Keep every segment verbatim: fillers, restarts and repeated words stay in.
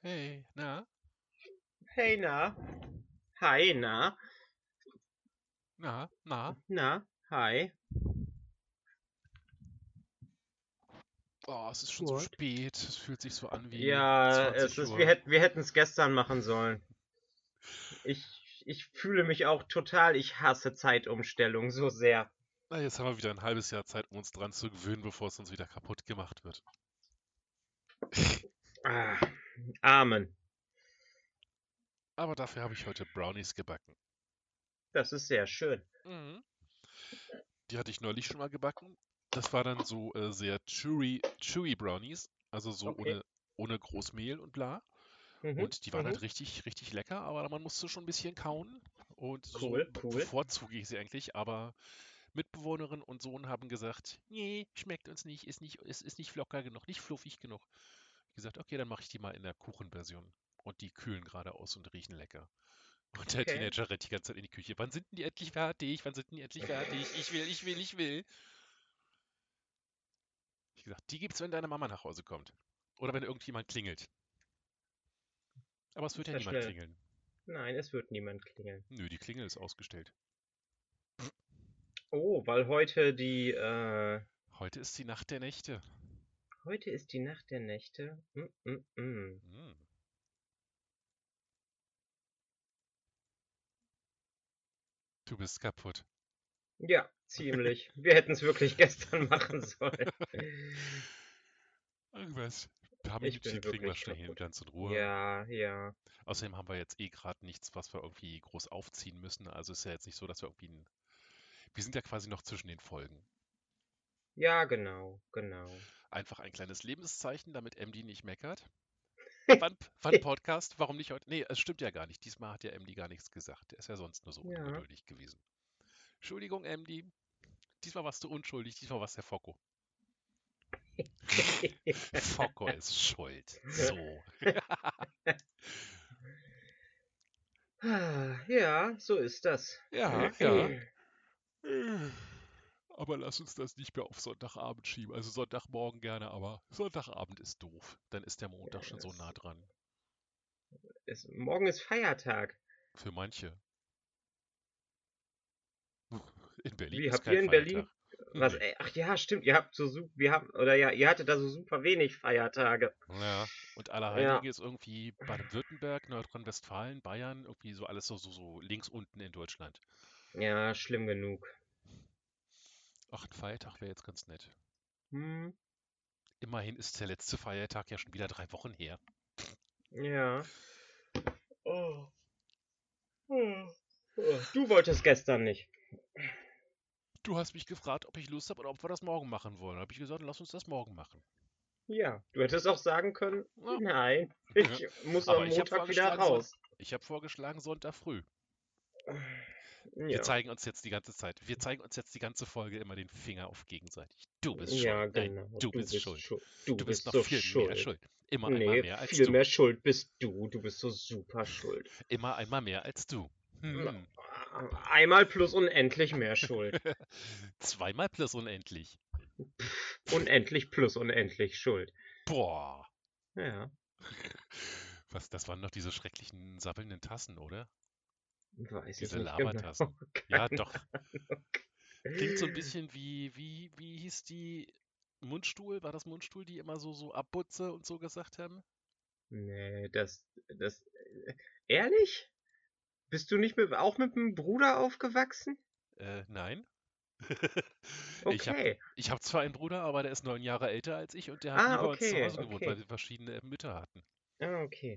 Hey, na? Hey, na? Hi, na? Na? Na? Na? Hi? Oh, es ist schon so What? spät. Es fühlt sich so an wie Ja, es zwanzig ist, wir Uhr. hätten, wir hätten es gestern machen sollen. Ich, ich fühle mich auch total, ich hasse Zeitumstellung so sehr. Na, jetzt haben wir wieder ein halbes Jahr Zeit, um uns dran zu gewöhnen, bevor es uns wieder kaputt gemacht wird. Ah, Amen. Aber dafür habe ich heute Brownies gebacken. Das ist sehr schön. Mhm. Die hatte ich neulich schon mal gebacken. Das war dann so äh, sehr chewy, chewy Brownies, also so Okay. ohne, ohne Großmehl und bla. Mhm, Und die waren mhm. halt richtig, richtig lecker, aber man musste schon ein bisschen kauen. Und so Cool, be cool. bevorzuge ich sie eigentlich, aber Mitbewohnerin und Sohn haben gesagt, nee, schmeckt uns nicht, ist nicht, ist, ist nicht locker genug, nicht fluffig genug. Ich gesagt, okay, dann mache ich die mal in der Kuchenversion. Und die kühlen gerade aus und riechen lecker. Und der Okay. Teenager rennt die ganze Zeit in die Küche. Wann sind denn die endlich fertig? Wann sind denn die endlich fertig? Ich will, ich will, ich will. Ich gesagt, die gibt's, wenn deine Mama nach Hause kommt. Oder wenn irgendjemand klingelt. Aber es wird ja Das niemand schnell. klingeln. Nein, es wird niemand klingeln. Nö, die Klingel ist ausgestellt. Oh, weil heute die, äh, Heute ist die Nacht der Nächte. heute ist die Nacht der Nächte. Mm, mm, mm. Hm, du bist kaputt. Ja, ziemlich. Wir hätten es wirklich gestern machen sollen. Irgendwas. Ein paar Ich Minütchen bin kriegen wir wirklich schnell hin, kaputt. ganz in Ruhe. Ja, ja. Außerdem haben wir jetzt eh gerade nichts, was wir irgendwie groß aufziehen müssen. Also ist ja jetzt nicht so, dass wir irgendwie ein, wir sind ja quasi noch zwischen den Folgen. Ja, genau, genau. Einfach ein kleines Lebenszeichen, damit M D nicht meckert. Wann, wann Podcast? Warum nicht heute? Nee, es stimmt ja gar nicht. Diesmal hat ja M D gar nichts gesagt. Der ist ja sonst nur so Ja. ungeduldig gewesen. Entschuldigung, M D. Diesmal warst du unschuldig. Diesmal warst der Focko. Focko ist schuld. So. Ja, so ist das. Ja, ja. Äh, Aber lass uns das nicht mehr auf Sonntagabend schieben. Also Sonntagmorgen gerne, aber Sonntagabend ist doof. Dann ist der Montag schon so nah Es dran. ist, morgen ist Feiertag. Für manche. In Berlin Wie ist habt kein ihr in Feiertag. Berlin was? Nee. äh, Ach ja, stimmt. Ihr habt so super, wir haben, oder ja, ihr hattet da so super wenig Feiertage. Ja. Und Ja, Allerheilige ist irgendwie Baden-Württemberg, Nordrhein-Westfalen, Bayern, irgendwie so alles so, so, so links unten in Deutschland. ja, schlimm genug. Ach, ein Feiertag wäre jetzt ganz nett. Hm, Immerhin ist der letzte Feiertag ja schon wieder drei Wochen her. ja. Oh, oh, oh. Du wolltest gestern nicht. Du hast mich gefragt, ob ich Lust habe oder ob wir das morgen machen wollen. Da habe ich gesagt, lass uns das morgen machen. Ja, du hättest auch sagen können, Ja. nein, ich muss am Aber ich habe Montag wieder vorgeschlagen, Son raus. ich habe vorgeschlagen Sonntag früh. Wir Ja, zeigen uns jetzt die ganze Zeit. Wir zeigen uns jetzt die ganze Folge immer den Finger auf gegenseitig. Du bist schuld. ja, Nein, genau. du Du bist bist schuld. schuld. Du Du bist bist noch so viel mehr schuld. schuld. Immer einmal Nee, mehr als viel du. mehr schuld bist du. Du bist so super schuld. Immer einmal mehr als du. Hm. Einmal plus unendlich mehr Schuld. Zweimal plus unendlich. Unendlich plus unendlich Schuld. Boah. Ja, Was, das waren doch diese schrecklichen sabbelnden Tassen, oder? weiß ich Diese nicht genau. Labertassen. Ja, Keine doch. Klingt so ein bisschen wie, wie, wie hieß die Mundstuhl? War das Mundstuhl, die immer so, so Abbutze und so gesagt haben? Nee, das, das, ehrlich? Bist du nicht mit, auch mit dem Bruder aufgewachsen? Äh, nein. Ich habe Okay. ich hab zwar einen Bruder, aber der ist neun Jahre älter als ich und der hat nie Ah, bei uns zu okay, Hause gewohnt, weil okay. wir verschiedene Mütter hatten. Ah, okay.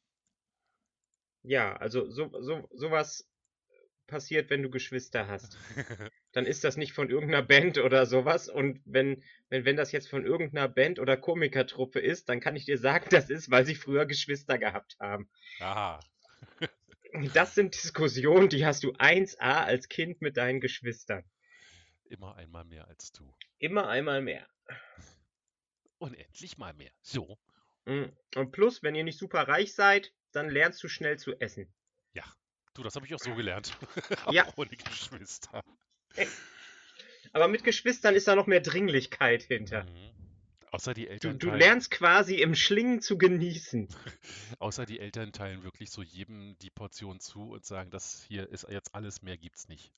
Ja, also so, so, sowas passiert, wenn du Geschwister hast. Dann ist das nicht von irgendeiner Band oder sowas. Und wenn, wenn, wenn das jetzt von irgendeiner Band oder Komikertruppe ist, dann kann ich dir sagen, das ist, weil sie früher Geschwister gehabt haben. Aha. Das sind Diskussionen, die hast du eins a als Kind mit deinen Geschwistern. Immer einmal mehr als du. Immer einmal mehr. Unendlich mal mehr. So. Mm. Und plus, wenn ihr nicht super reich seid, dann lernst du schnell zu essen. Ja. Du, das habe ich auch so gelernt. Ja, Auch ohne Geschwister. aber mit Geschwistern ist da noch mehr Dringlichkeit hinter. Mhm. Außer die Du, Eltern du teilen, lernst quasi im Schlingen zu genießen. außer die Eltern teilen wirklich so jedem die Portion zu und sagen, das hier ist jetzt alles, mehr gibt's nicht.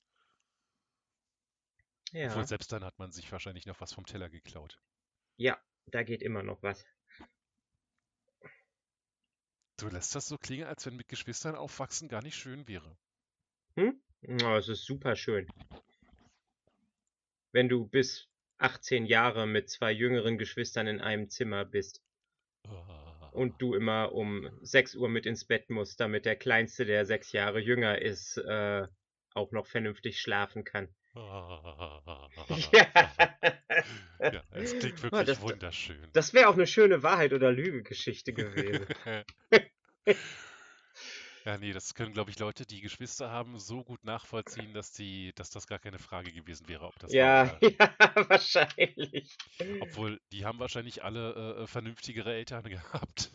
Obwohl Ja, selbst dann hat man sich wahrscheinlich noch was vom Teller geklaut. ja, da geht immer noch was. Du lässt das so klingen, als wenn mit Geschwistern aufwachsen gar nicht schön wäre. Hm? Oh, es ist super schön. Wenn du bis achtzehn Jahre mit zwei jüngeren Geschwistern in einem Zimmer bist und du immer um sechs Uhr mit ins Bett musst, damit der Kleinste, der sechs Jahre jünger ist, äh, auch noch vernünftig schlafen kann. Ja. Ja, es klingt Oh, wirklich das, wunderschön. das wäre auch eine schöne Wahrheit- oder Lüge-Geschichte gewesen. Ja, nee, das können, glaube ich, Leute, die Geschwister haben, so gut nachvollziehen, dass die, dass das gar keine Frage gewesen wäre, ob das wahr Ja, oder. ja, wahrscheinlich. Obwohl, die haben wahrscheinlich alle äh, äh, vernünftigere Eltern gehabt,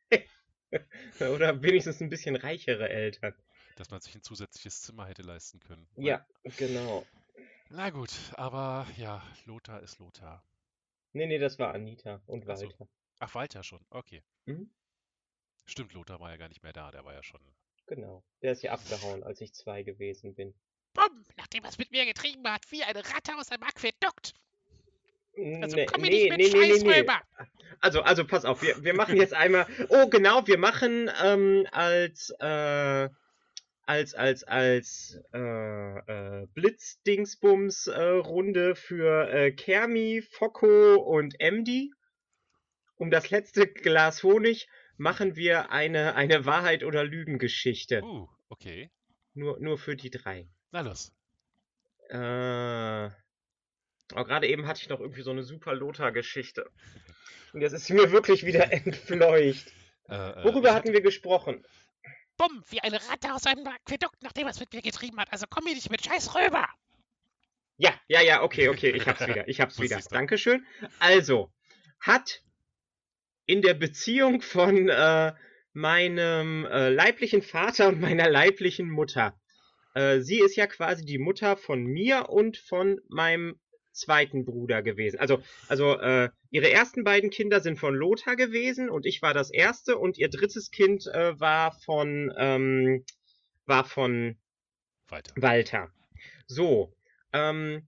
Oder wenigstens ein bisschen reichere Eltern. dass man sich ein zusätzliches Zimmer hätte leisten können. Na, Ja, genau. na gut, aber ja, Lothar ist Lothar. Nee, nee, das war Anita und Achso. Walter. Ach, Walter schon. Okay. Mhm, Stimmt, Lothar war ja gar nicht mehr da, der war ja schon. genau. Der ist ja abgehauen, als ich zwei gewesen bin. Bumm, nachdem er es mit mir getrieben hat, wie eine Ratte aus einem Aquädukt. Also Nee, komm mir nee, nicht mit nee, nee, nee, Scheiß nee. rüber. Also, also pass auf, wir, wir machen jetzt einmal. Oh, genau, wir machen ähm, als äh, als als als äh, äh, Blitzdingsbums äh, Runde für äh, Kermi, Focko und Emdy. Um das letzte Glas Honig machen wir eine eine Wahrheit oder Lügengeschichte. Uh, okay. Nur nur für die drei. Na los. Äh, aber gerade eben hatte ich noch irgendwie so eine super Lothar-Geschichte. Und jetzt ist sie mir wirklich wieder entfleucht. Äh, äh, Worüber ich hatten hatte, wir gesprochen? Bumm, wie eine Ratte aus einem Aquädukt, nachdem er es mit mir getrieben hat. Also komm mir nicht mit Scheiß rüber. Ja, ja, ja, okay, okay, ich hab's wieder, ich hab's Wusste wieder. ich's doch. Dankeschön. Also, hat in der Beziehung von äh, meinem äh, leiblichen Vater und meiner leiblichen Mutter, äh, sie ist ja quasi die Mutter von mir und von meinem zweiten Bruder gewesen. Also, also äh, ihre ersten beiden Kinder sind von Lothar gewesen und ich war das erste und ihr drittes Kind äh, war von ähm, war von Weiter. Walter. So, ähm,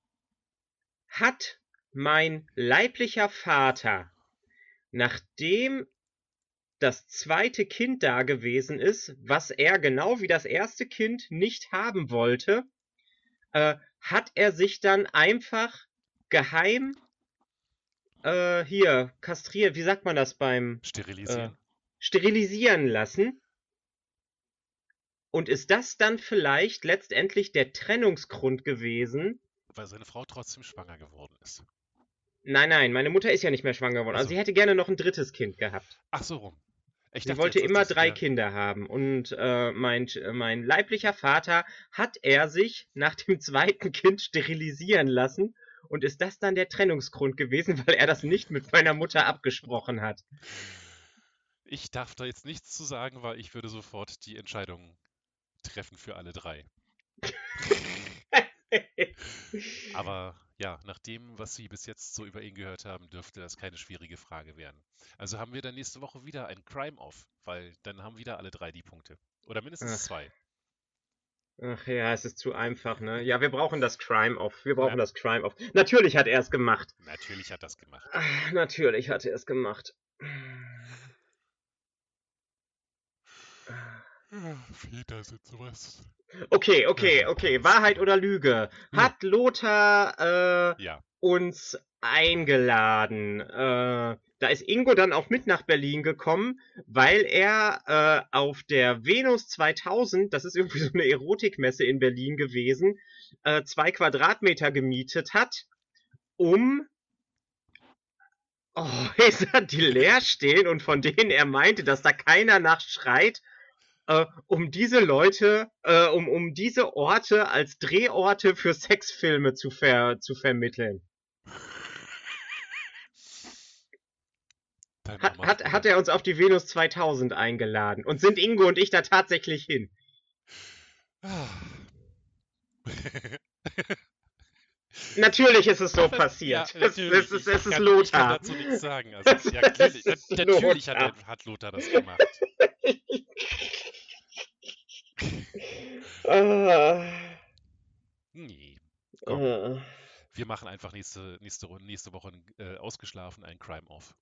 hat mein leiblicher Vater, nachdem das zweite Kind da gewesen ist, was er genau wie das erste Kind nicht haben wollte, äh, hat er sich dann einfach geheim äh, hier kastriert, wie sagt man das beim äh, Sterilisieren? sterilisieren lassen. Und ist das dann vielleicht letztendlich der Trennungsgrund gewesen? Weil seine Frau trotzdem schwanger geworden ist. Nein, nein, meine Mutter ist ja nicht mehr schwanger geworden. Ach Also so. sie hätte gerne noch ein drittes Kind gehabt. Ach so rum. Ich Sie dachte wollte jetzt, dass immer das drei wär- Kinder haben. Und äh, mein, mein leiblicher Vater hat er sich nach dem zweiten Kind sterilisieren lassen. Und ist das dann der Trennungsgrund gewesen, weil er das nicht mit meiner Mutter abgesprochen hat? Ich darf da jetzt nichts zu sagen, weil ich würde sofort die Entscheidung treffen für alle drei. Aber ja, nach dem, was Sie bis jetzt so über ihn gehört haben, dürfte das keine schwierige Frage werden. Also haben wir dann nächste Woche wieder ein Crime-Off, weil dann haben wieder alle drei die Punkte. Oder mindestens Ach. zwei. Ach ja, es ist zu einfach, ne? Ja, wir brauchen das Crime-Off. Wir brauchen Ja. das Crime-Off. Natürlich hat er es gemacht. Natürlich hat das gemacht. Ach, natürlich hat er es gemacht. Väter sind sowas. Okay, okay, okay. Wahrheit oder Lüge? Hat Lothar äh, Ja. uns eingeladen? Äh, da ist Ingo dann auch mit nach Berlin gekommen, weil er äh, auf der Venus zweitausend, das ist irgendwie so eine Erotikmesse in Berlin gewesen, äh, zwei Quadratmeter gemietet hat, um oh, Häuser, die leer stehen und von denen er meinte, dass da keiner nach schreit, äh, um diese Leute, äh, um, um diese Orte als Drehorte für Sexfilme zu, ver, zu vermitteln. Dein Hat, armer hat, Bruder. hat er uns auf die Venus zweitausend eingeladen und sind Ingo und ich da tatsächlich hin? Ah. Natürlich ist es so Ach, das- passiert. Ja, es, natürlich. es, ist, Ich es ist kann, ich kann Lothar. dazu nichts sagen. Also, ja, natürlich, Es ist natürlich hat, Lothar. er- hat Lothar das gemacht. Ah, Nee, komm. ah. Wir machen einfach nächste, nächste, Runde, nächste Woche äh, ausgeschlafen einen Crime Off.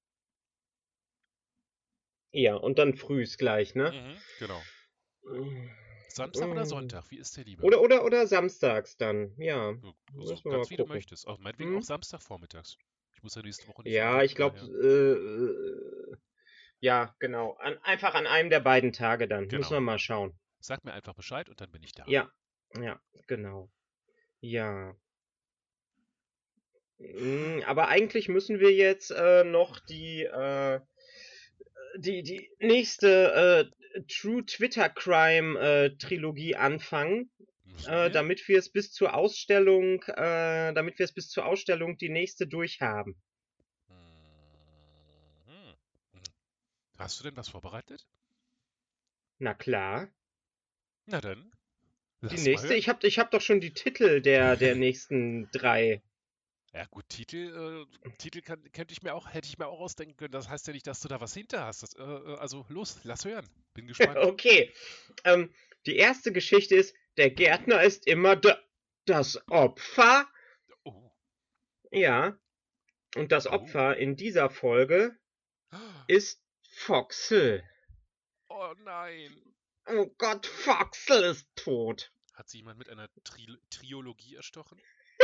Ja, und dann frühs gleich, ne? Mhm, genau. Samstag oder Mm. Sonntag? Wie ist dir lieber? Oder, oder, oder samstags dann, ja. So, Müssen so wir mal ganz wie du gucken. möchtest. Auch meinetwegen Hm? auch Samstagvormittags. Ich muss ja nächste Woche nicht Ja, arbeiten, ich glaube, daher. äh, ja, genau. An, einfach an einem der beiden Tage dann. Müssen Genau. wir mal schauen. Sag mir einfach Bescheid und dann bin ich da. Ja, ja, genau. Ja. Mm, Aber eigentlich müssen wir jetzt äh, noch die, äh, die, die nächste äh, True Twitter Crime äh, Trilogie anfangen, Müssen äh, wir? damit wir es bis zur Ausstellung, äh, damit wir es bis zur Ausstellung die nächste durchhaben. Mhm. Mhm. Hast du denn was vorbereitet? Na klar. Na dann, Die lass mal nächste, hören. ich hab, ich hab doch schon die Titel der, der nächsten drei. Ja gut, Titel, äh, Titel kann, könnte ich mir auch, hätte ich mir auch ausdenken können. Das heißt ja nicht, dass du da was hinter hast. Das, äh, äh, also los, lass hören. Bin gespannt. Okay. Ähm, die erste Geschichte ist, der Gärtner ist immer d- das Opfer. Oh. Ja. Und das Oh. Opfer in dieser Folge ist Foxel. Oh nein. Oh Gott, Foxel ist tot. Hat sie jemand mit einer Tri Triologie erstochen?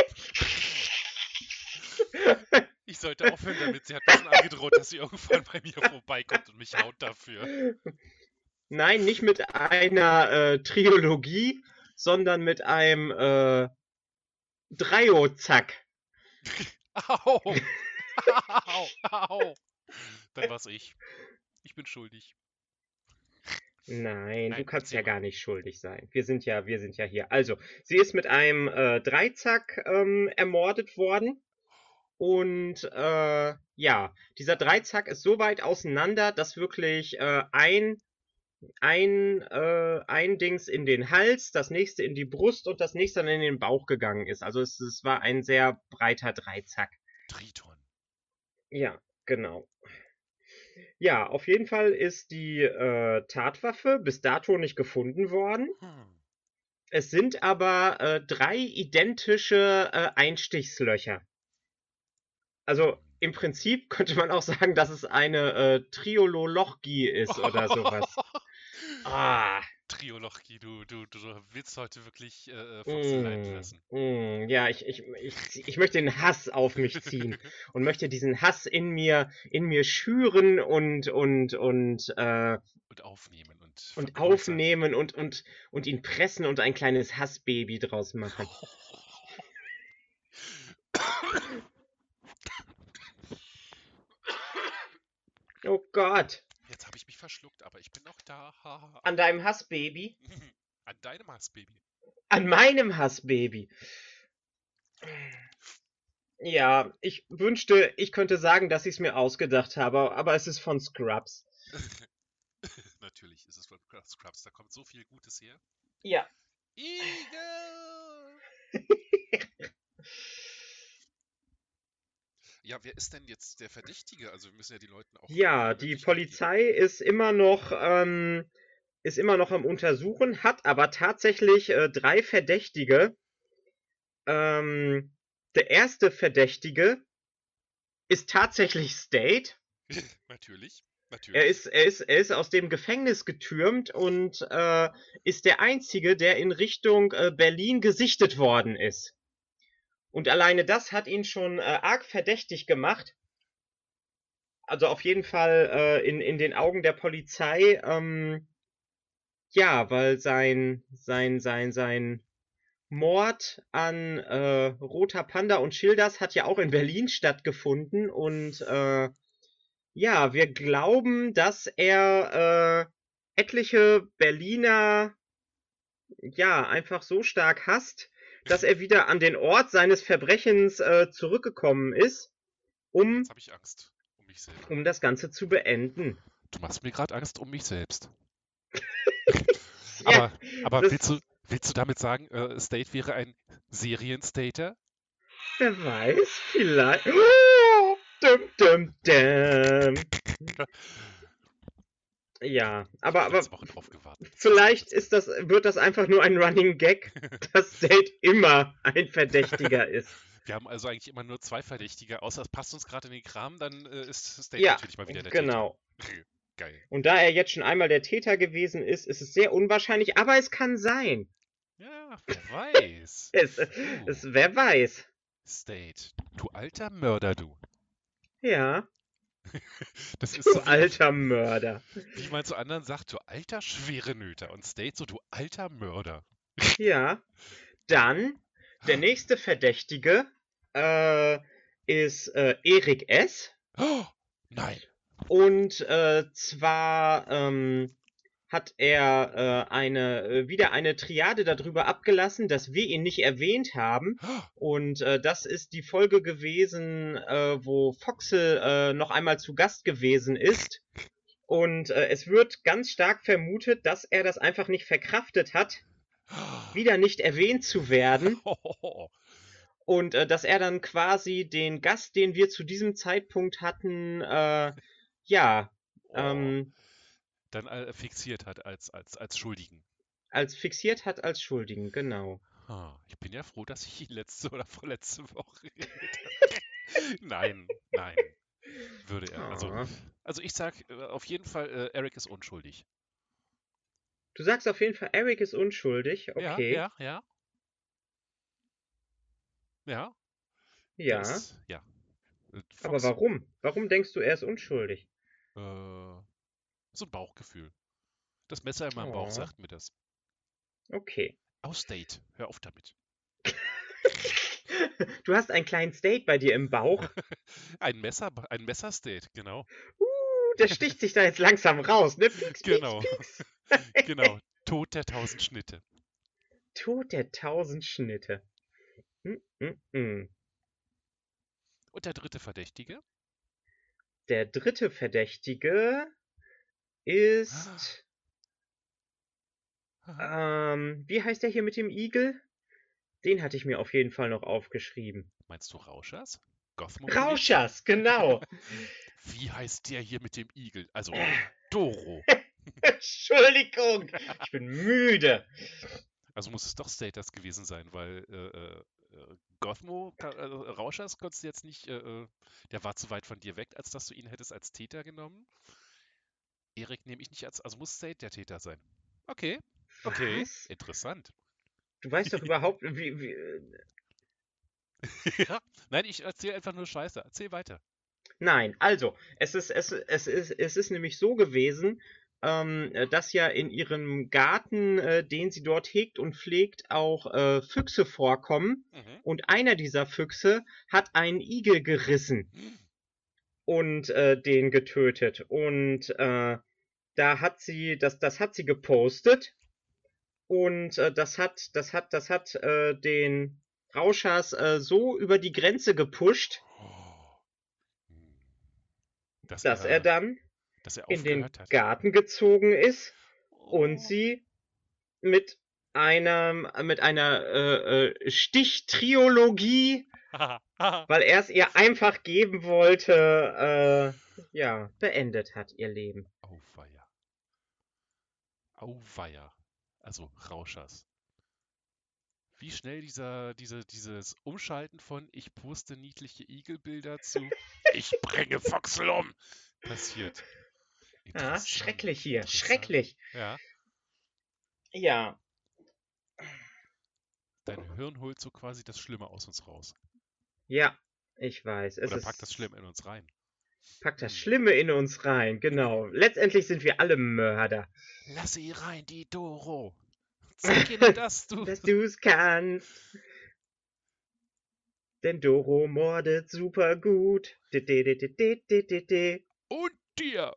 Ich sollte aufhören damit. Sie hat mir schon angedroht, dass sie irgendwann bei mir vorbeikommt und mich haut dafür. Nein, nicht mit einer äh, Triologie, sondern mit einem äh, Dreiozack. Au! Au! Au! Dann war's ich. Ich bin schuldig. Nein, Nein, du kannst erzähl ja mal. gar nicht schuldig sein. Wir sind ja, wir sind ja hier. Also, sie ist mit einem äh, Dreizack ähm, ermordet worden. Und äh, ja, dieser Dreizack ist so weit auseinander, dass wirklich äh, ein, ein, äh, ein Dings in den Hals, das nächste in die Brust und das nächste dann in den Bauch gegangen ist. Also es, es war ein sehr breiter Dreizack. Triton. Ja, genau. Ja, auf jeden Fall ist die äh, Tatwaffe bis dato nicht gefunden worden. Hm. Es sind aber äh, drei identische äh, Einstichslöcher. Also im Prinzip könnte man auch sagen, dass es eine äh, Triologie ist oder sowas. Ah. Triologie, du, du, du willst heute wirklich äh, Foxel leiden lassen. Mm, ja, ich, ich, ich, ich möchte den Hass auf mich ziehen und möchte diesen Hass in mir, in mir schüren und, und, und, äh, Und aufnehmen und und vergrößern. aufnehmen und, und, und ihn pressen und ein kleines Hassbaby draus machen. Oh Gott. Jetzt habe ich mich verschluckt, aber ich bin noch da. An deinem Hassbaby? An deinem Hassbaby. An meinem Hassbaby. Ja, ich wünschte, ich könnte sagen, dass ich es mir ausgedacht habe, aber es ist von Scrubs. Natürlich ist es von Scrubs, da kommt so viel Gutes her. Ja. Eagle! Ja, wer ist denn jetzt der Verdächtige? Also wir müssen ja die Leuten auch... Ja, die Polizei ist immer noch, ähm, ist immer noch am Untersuchen, hat aber tatsächlich äh, drei Verdächtige. Ähm, der erste Verdächtige ist tatsächlich State. Natürlich, natürlich. Er ist, er ist, er ist aus dem Gefängnis getürmt und äh, ist der Einzige, der in Richtung äh, Berlin gesichtet worden ist. Und alleine das hat ihn schon äh, arg verdächtig gemacht. Also auf jeden Fall äh, in, in den Augen der Polizei, ähm, ja, weil sein, sein, sein, sein Mord an äh, Roter Panda und Schilders hat ja auch in Berlin stattgefunden und äh, ja, wir glauben, dass er äh, etliche Berliner ja einfach so stark hasst, dass er wieder an den Ort seines Verbrechens äh, zurückgekommen ist, um, Jetzt habe ich Angst um mich selber. um das Ganze zu beenden. Du machst mir gerade Angst um mich selbst. Ja, aber aber das- willst, du, willst du damit sagen, äh, State wäre ein Serienstater? Wer weiß, vielleicht. Oh, dum, dum, dum. Ja, Ich aber, habe aber letzte Woche drauf gewartet. Das vielleicht jetzt ist das, wird das einfach nur ein Running Gag, dass Date immer ein Verdächtiger ist. Wir haben also eigentlich immer nur zwei Verdächtige, außer es passt uns gerade in den Kram, dann äh, ist State Ja, natürlich mal wieder der genau. Täter. Geil. Und da er jetzt schon einmal der Täter gewesen ist, ist es sehr unwahrscheinlich, aber es kann sein. Ja, wer weiß. Es, Uh, es, wer weiß. State, du alter Mörder, du. Ja, Das ist du so wie, alter Mörder. wie man zu anderen sagt, du alter Schwerenöter. Und State so, du alter Mörder. Ja, dann der nächste Verdächtige äh, ist äh, Erik S. Oh, nein. Und äh, zwar ähm, hat er äh, eine, äh, wieder eine Triade darüber abgelassen, dass wir ihn nicht erwähnt haben. Und äh, das ist die Folge gewesen, äh, wo Foxel äh, noch einmal zu Gast gewesen ist. Und äh, es wird ganz stark vermutet, dass er das einfach nicht verkraftet hat, wieder nicht erwähnt zu werden. Und äh, dass er dann quasi den Gast, den wir zu diesem Zeitpunkt hatten, äh, ja, Oh, ähm, dann äh, fixiert hat als, als, als Schuldigen. als fixiert hat als Schuldigen, genau. Ah, ich bin ja froh, dass ich ihn letzte oder vorletzte Woche geredet habe. Nein, nein, würde er. Also, Ah. also ich sag äh, auf jeden Fall, äh, Eric ist unschuldig. Du sagst auf jeden Fall, Eric ist unschuldig, Ja, okay. ja, ja. Ja, der Ja, ist, ja. Äh, aber Fox, warum? Warum denkst du, er ist unschuldig? äh, so ein Bauchgefühl. Das Messer in meinem Bauch Oh, sagt mir das. okay. Ausdate, hör auf damit. Du hast einen kleinen State bei dir im Bauch. Ein Messer, ein Messerstate, genau. Uh, der sticht sich da jetzt langsam raus, ne? Pieks, pieks, Genau, pieks. genau. Tod der tausend Schnitte. Tod der tausend Schnitte. Mm, mm, mm. Und der dritte Verdächtige? Der dritte Verdächtige ist. Aha. Ähm, wie heißt der hier mit dem Igel? Den hatte ich mir auf jeden Fall noch aufgeschrieben. Meinst du Rauschers? Gothmo Rauschers, genau. Wie heißt der hier mit dem Igel? Also, Doro. Entschuldigung, ich bin müde. Also muss es doch Status gewesen sein, weil äh, äh, Gothmo, ka- äh, Rauschers konntest du jetzt nicht, äh, äh, der war zu weit von dir weg, als dass du ihn hättest als Täter genommen. Erik nehme ich nicht als, also muss State der Täter sein. Okay, okay, Was? interessant. Du weißt doch überhaupt, wie, wie. Ja, nein, ich erzähle einfach nur Scheiße. Erzähl weiter. Nein, also, es ist, es, es ist, es ist nämlich so gewesen, ähm, dass ja in ihrem Garten, äh, den sie dort hegt und pflegt, auch äh, Füchse vorkommen. Mhm. Und einer dieser Füchse hat einen Igel gerissen und äh, den getötet. Und äh, da hat sie, das, das hat sie gepostet. Und äh, das hat, das hat, das hat äh, den Rauschers äh, so über die Grenze gepusht, Oh. Hm. Dass dass er er, dann dass er in den aufgehört hat. Garten gezogen ist und Oh. sie mit einem, mit einer äh, äh, Stichtriologie, weil er es ihr einfach geben wollte, äh, ja, beendet hat ihr Leben. Auweia. Auweia. Also Rauschers. Wie schnell dieser, diese, dieses Umschalten von ich poste niedliche Igelbilder zu ich bringe Foxel um passiert. Ja, Interessant, schrecklich hier, interessant. schrecklich. Ja, Ja, dein Hirn holt so quasi das Schlimme aus uns raus. ja, ich weiß. Es Oder ist, packt das Schlimme in uns rein. packt das Hm. Schlimme in uns rein, genau. Letztendlich sind wir alle Mörder. Lass sie rein, die Doro. Zeig ihnen, dass du... Dass du es kannst. Denn Doro mordet super gut. De, de, de, de, de, de, de, de. Und dir.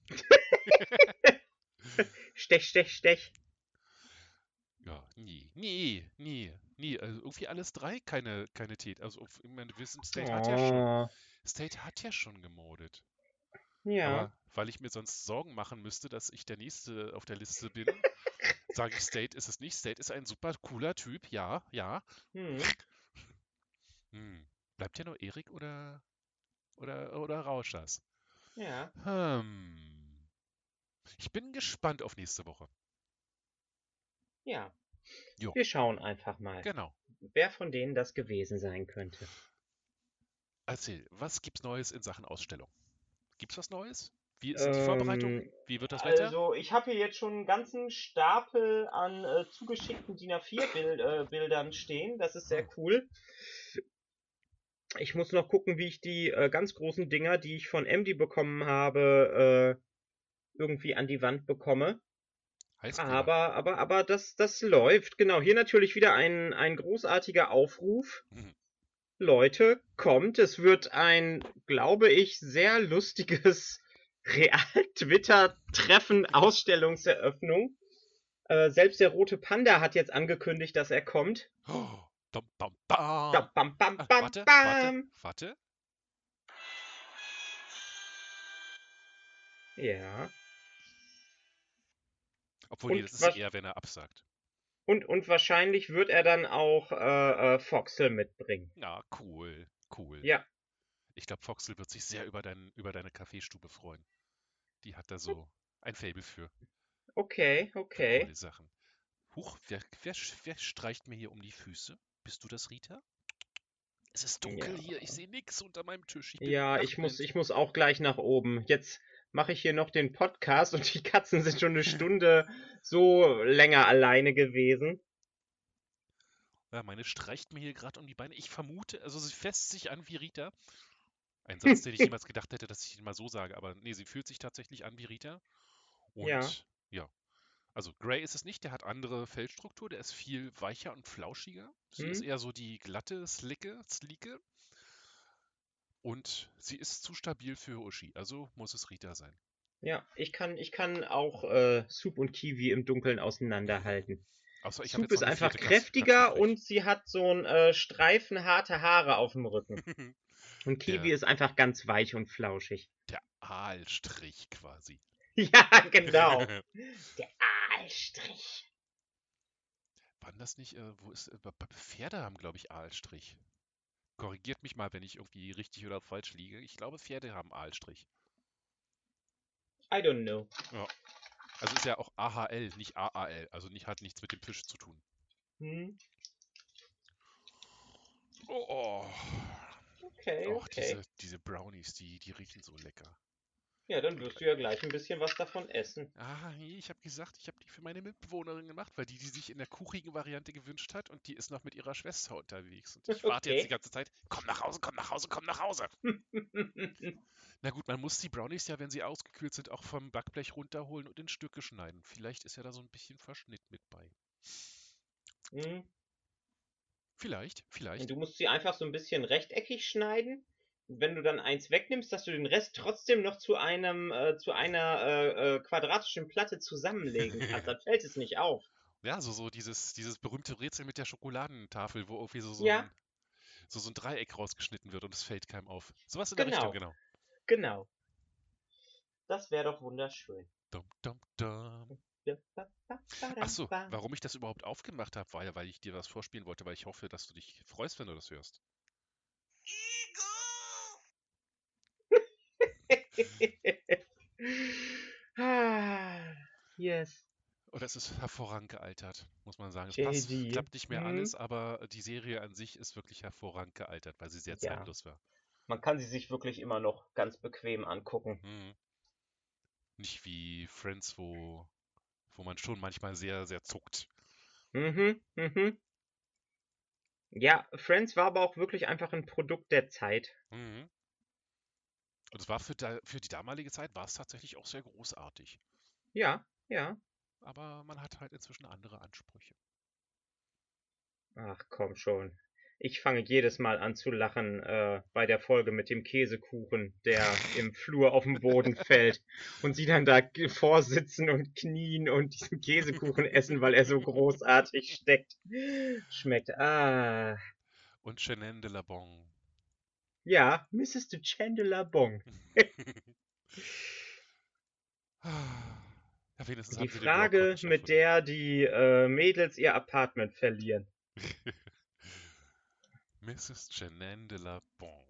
Stech, stech, stech. Ja, nie, nie, nie, nie. Also irgendwie alles drei keine, keine Tät. Also auf- ich meine, wissen, State hat ja schon, Oh, State hat ja schon gemordet. ja. Aber weil ich mir sonst Sorgen machen müsste, dass ich der Nächste auf der Liste bin, sage ich, State ist es nicht. State ist ein super cooler Typ, ja, ja. Hm. Hm. Bleibt ja nur Erik oder, oder, oder rauscht das? Ja, Hm. Ich bin gespannt auf nächste Woche. ja. Jo, Wir schauen einfach mal, genau. wer von denen das gewesen sein könnte. Erzähl, was gibt's Neues in Sachen Ausstellung? Gibt's was Neues? Wie sind die Vorbereitungen? Ähm, Wie wird das Wetter? also, ich habe hier jetzt schon einen ganzen Stapel an äh, zugeschickten DIN A vier Bild, äh, Bildern stehen. Das ist sehr Hm. cool. Ich muss noch gucken, wie ich die äh, ganz großen Dinger, die ich von Emdy bekommen habe, äh, irgendwie an die Wand bekomme. Heißkleber. Aber, aber, aber das, das läuft. Genau, hier natürlich wieder ein, ein großartiger Aufruf. Hm. Leute, kommt, es wird ein, glaube ich, sehr lustiges Real-Twitter-Treffen, Ausstellungseröffnung. Äh, selbst der Rote Panda hat jetzt angekündigt, dass er kommt. Oh, bam, bam, Da, bam. bam, bam, Ah, bam, warte, warte, bam. warte. Ja. Obwohl, nee, Und, das ist was, eher, wenn er absagt. und, und wahrscheinlich wird er dann auch äh, äh, Foxel mitbringen. Na, cool, cool. Ja. Ich glaube, Foxel wird sich sehr über, dein, über deine Kaffeestube freuen. Die hat da so ein Faible für, Okay, für okay. coole Sachen. Huch, wer, wer, wer streicht mir hier um die Füße? Bist du das, Rita? Es ist dunkel Ja. hier, ich sehe nichts unter meinem Tisch. Ich bin Ja, ich muss, nachtblind. ich muss auch gleich nach oben. Jetzt mache ich hier noch den Podcast und die Katzen sind schon eine Stunde so länger alleine gewesen. Ja, meine streicht mir hier gerade um die Beine. Ich vermute, also sie fässt sich an wie Rita. Ein Satz, den ich jemals gedacht hätte, dass ich ihn mal so sage, aber nee, sie fühlt sich tatsächlich an wie Rita. Ja. Und ja, also Gray ist es nicht, der hat andere Fellstruktur, der ist viel weicher und flauschiger. Sie ist Hm? eher so die glatte, slicke, sleeke. Und sie ist zu stabil für Uschi, also muss es Rita sein. Ja, ich kann, ich kann auch äh, Soup und Kiwi im Dunkeln auseinanderhalten. Außer ich habe Soup jetzt noch ist eine einfach vierte Katze, Katze kräftiger übrig. und sie hat so einen äh, Streifen harte Haare auf dem Rücken. Und Kiwi Der, ist einfach ganz weich und flauschig. der Aalstrich quasi. Ja, genau. Der Aalstrich. Waren das nicht, äh, wo ist, äh, Pferde haben, glaube ich, Aalstrich. Korrigiert mich mal, wenn ich irgendwie richtig oder falsch liege. Ich glaube, Pferde haben Aalstrich. I don't know. Ja. Also ist ja auch A H L, nicht A A L. Also nicht, hat nichts mit dem Fisch zu tun. Hm? Oh, oh. Okay, Och, okay. diese, diese Brownies, die, die riechen so lecker. Ja, dann wirst du ja gleich ein bisschen was davon essen. Ah, nee, ich habe gesagt, ich habe die für meine Mitbewohnerin gemacht, weil die die sich in der kuchigen Variante gewünscht hat und die ist noch mit ihrer Schwester unterwegs. Und ich warte jetzt die Okay. ganze Zeit, komm nach Hause, komm nach Hause, komm nach Hause. Na gut, man muss die Brownies ja, wenn sie ausgekühlt sind, auch vom Backblech runterholen und in Stücke schneiden. Vielleicht ist ja da so ein bisschen Verschnitt mit bei. Hm. Vielleicht, vielleicht. Du musst sie einfach so ein bisschen rechteckig schneiden. Und wenn du dann eins wegnimmst, dass du den Rest trotzdem noch zu einem äh, zu einer äh, äh, quadratischen Platte zusammenlegen kannst. Dann fällt es nicht auf. Ja, so, so dieses, dieses berühmte Rätsel mit der Schokoladentafel, wo irgendwie so, so Ja, ein, so, so ein Dreieck rausgeschnitten wird und es fällt keinem auf. Sowas in der Richtung, genau, genau. genau. Das wäre doch wunderschön. Dum, dum, dum. Ach so, warum ich das überhaupt aufgemacht habe, war ja, weil ich dir was vorspielen wollte, weil ich hoffe, dass du dich freust, wenn du das hörst. Ah, yes. Und es ist hervorragend gealtert, muss man sagen. Es passt, J D. klappt nicht mehr Hm? alles, aber die Serie an sich ist wirklich hervorragend gealtert, weil sie sehr Ja, zeitlos war. man kann sie sich wirklich immer noch ganz bequem angucken. Mhm. Nicht wie Friends, wo, wo man schon manchmal sehr, sehr zuckt. Mhm, mhm. Ja, Friends war aber auch wirklich einfach ein Produkt der Zeit. Mhm. Und es war für, da, für die damalige Zeit war es tatsächlich auch sehr großartig. Ja, ja. Aber man hat halt inzwischen andere Ansprüche. Ach, komm schon. Ich fange jedes Mal an zu lachen äh, bei der Folge mit dem Käsekuchen, der im Flur auf den Boden fällt und sie dann da g- vorsitzen und knien und diesen Käsekuchen essen, weil er so großartig steckt. Schmeckt. Ah. Und Chenin de la Bon. Ja, Misses de Chandler Bong. Ja, wenigstens Die haben sie den Rohrkopf Frage, nicht mit erfunden. der die äh, Mädels ihr Apartment verlieren. Missus Jeanne de la Bon.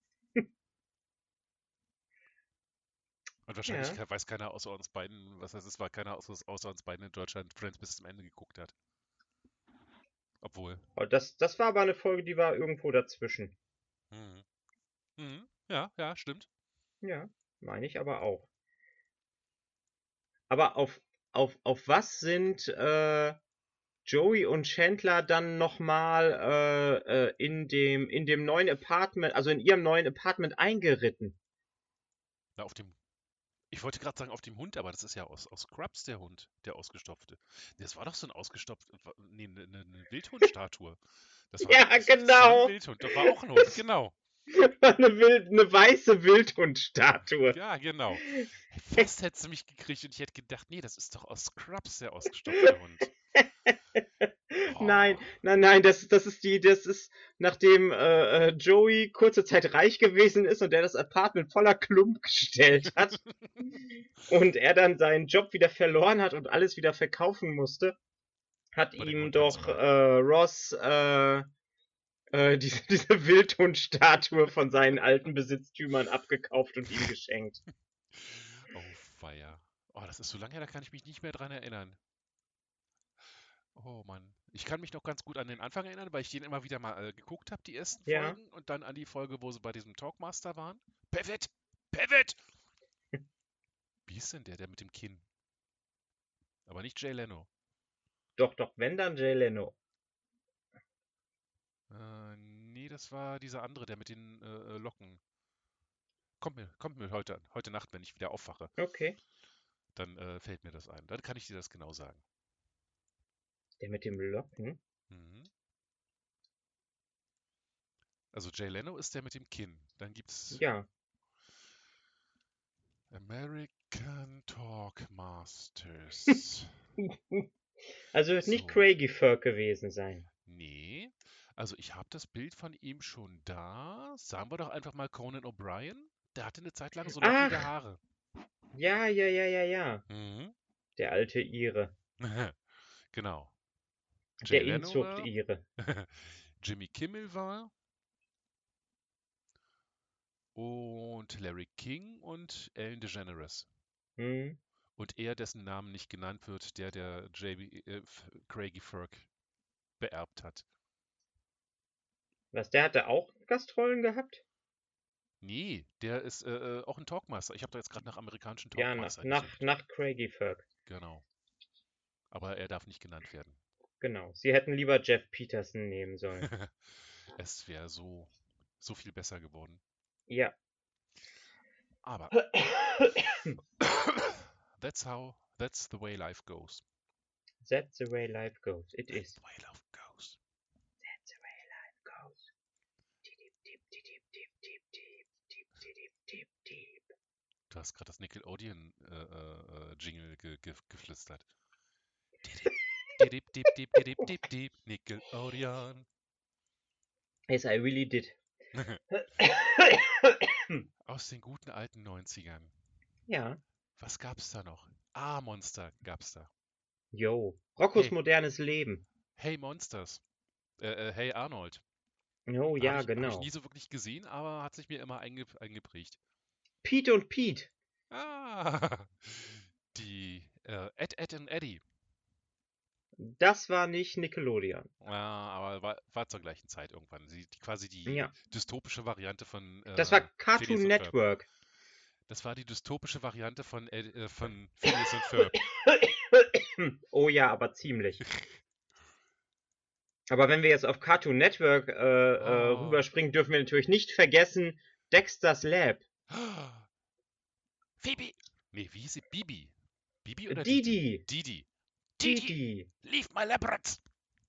Und wahrscheinlich Ja. ke- weiß keiner außer uns beiden, was heißt, es war keiner außer, außer uns beiden in Deutschland Friends bis zum Ende geguckt hat. Obwohl. Oh, das, das war aber eine Folge, die war irgendwo dazwischen. Mhm. Mhm. Ja, ja, stimmt. Ja, meine ich aber auch. Aber auf, auf, auf was sind äh, Joey und Chandler dann nochmal äh, äh, in dem, in dem neuen Apartment, also in ihrem neuen Apartment eingeritten? Na, auf dem. Ich wollte gerade sagen, auf dem Hund, aber das ist ja aus, aus Scrubs der Hund, der ausgestopfte. Das war doch so ein ausgestopft. Nee, eine ne, ne Wildhundstatue. Das war, Ja, das, das war ein genau. Wildhund. Das war auch ein Hund, genau. Eine, Wild, eine weiße Wildhundstatue. Ja, genau. Fast hätte sie mich gekriegt und ich hätte gedacht, nee, das ist doch aus Scrubs der ausgestopfte Hund. Nein, Oh. nein, nein, das, das ist die, das ist, nachdem äh, äh, Joey kurze Zeit reich gewesen ist und der das Apartment voller Klump gestellt hat und er dann seinen Job wieder verloren hat und alles wieder verkaufen musste, hat Bei dem ihm Hund doch anzuhalten. äh, Ross äh, äh, diese, diese Wildhundstatue von seinen alten Besitztümern abgekauft und ihm geschenkt. Oh, weia. Oh, das ist so lange her, da kann ich mich nicht mehr dran erinnern. Oh Mann. Ich kann mich noch ganz gut an den Anfang erinnern, weil ich den immer wieder mal äh, geguckt habe, die ersten Ja, Folgen, und dann an die Folge, wo sie bei diesem Talkmaster waren. Pivot! Pivot! Wie ist denn der, der mit dem Kinn? Aber nicht Jay Leno. doch, doch, wenn dann Jay Leno. Äh, nee, das war dieser andere, der mit den äh, äh, Locken. Kommt mir, kommt mir heute, heute Nacht, wenn ich wieder aufwache, Okay. dann äh, fällt mir das ein. Dann kann ich dir das genau sagen. Der mit dem Locken? Mhm. Also Jay Leno ist der mit dem Kinn. Dann gibt's Ja. American Talkmasters. Also wird nicht So, Craigie Ferg gewesen sein. nee. Also ich habe das Bild von ihm schon da. Sagen wir doch einfach mal Conan O'Brien. Der hatte eine Zeit lang so lockige Ach, Haare. ja, ja, ja, ja, ja. Mhm. Der alte Ire. Genau. Jay Der Leno war, Inzucht-Ire. Jimmy Kimmel war und Larry King und Ellen DeGeneres. Hm. Und er, dessen Namen nicht genannt wird, der der J B, äh, Craigie Ferg beerbt hat. Was, der hatte auch Gastrollen gehabt? Nee, der ist äh, äh, auch ein Talkmaster. Ich habe da jetzt gerade nach amerikanischen Ja, nach, Talkmaster nach, gesucht. nach Craigie Ferg. Genau. Aber er darf nicht genannt werden. Genau. Sie hätten lieber Jeff Peterson nehmen sollen. Es wäre so, so viel besser geworden. Ja. Aber that's how, that's the way life goes. That's the way life goes. It That's is. the way life goes. That's the way life goes. Deep, deep, deep, deep, deep, deep, deep, deep, deep, deep, deep. Du hast gerade das Nickelodeon-Jingle ge ge geflüstert. Dip, dip, dip, dip, dip, dip, dip, Nickelodeon. Yes, I really did. Aus den guten alten neunzigern. Ja. Was gab's da noch? Ah, Monster gab's da. Yo. Roccos Hey, modernes Leben. hey Monsters. Äh, äh, hey Arnold. Oh Habe ja, ich, hab ich genau. nie so wirklich gesehen, aber hat sich mir immer einge eingeprägt. Pete und Pete. Ah, die äh, Ed, Ed und Eddie. Das war nicht Nickelodeon. Ja, aber war, war zur gleichen Zeit irgendwann. Sie, die, quasi die Ja. dystopische Variante von Das war äh, Phineas Cartoon und Ferb. Network. Das war die dystopische Variante von, Ed, äh, von Phineas und Ferb. Oh ja, aber ziemlich. Aber wenn wir jetzt auf Cartoon Network äh, äh, Oh. rüberspringen, dürfen wir natürlich nicht vergessen Dexter's Lab. Phoebe! Nee, wie hieß sie? Bibi. Bibi oder Didi? Didi. Didi. Didi. Leave my labyrinth!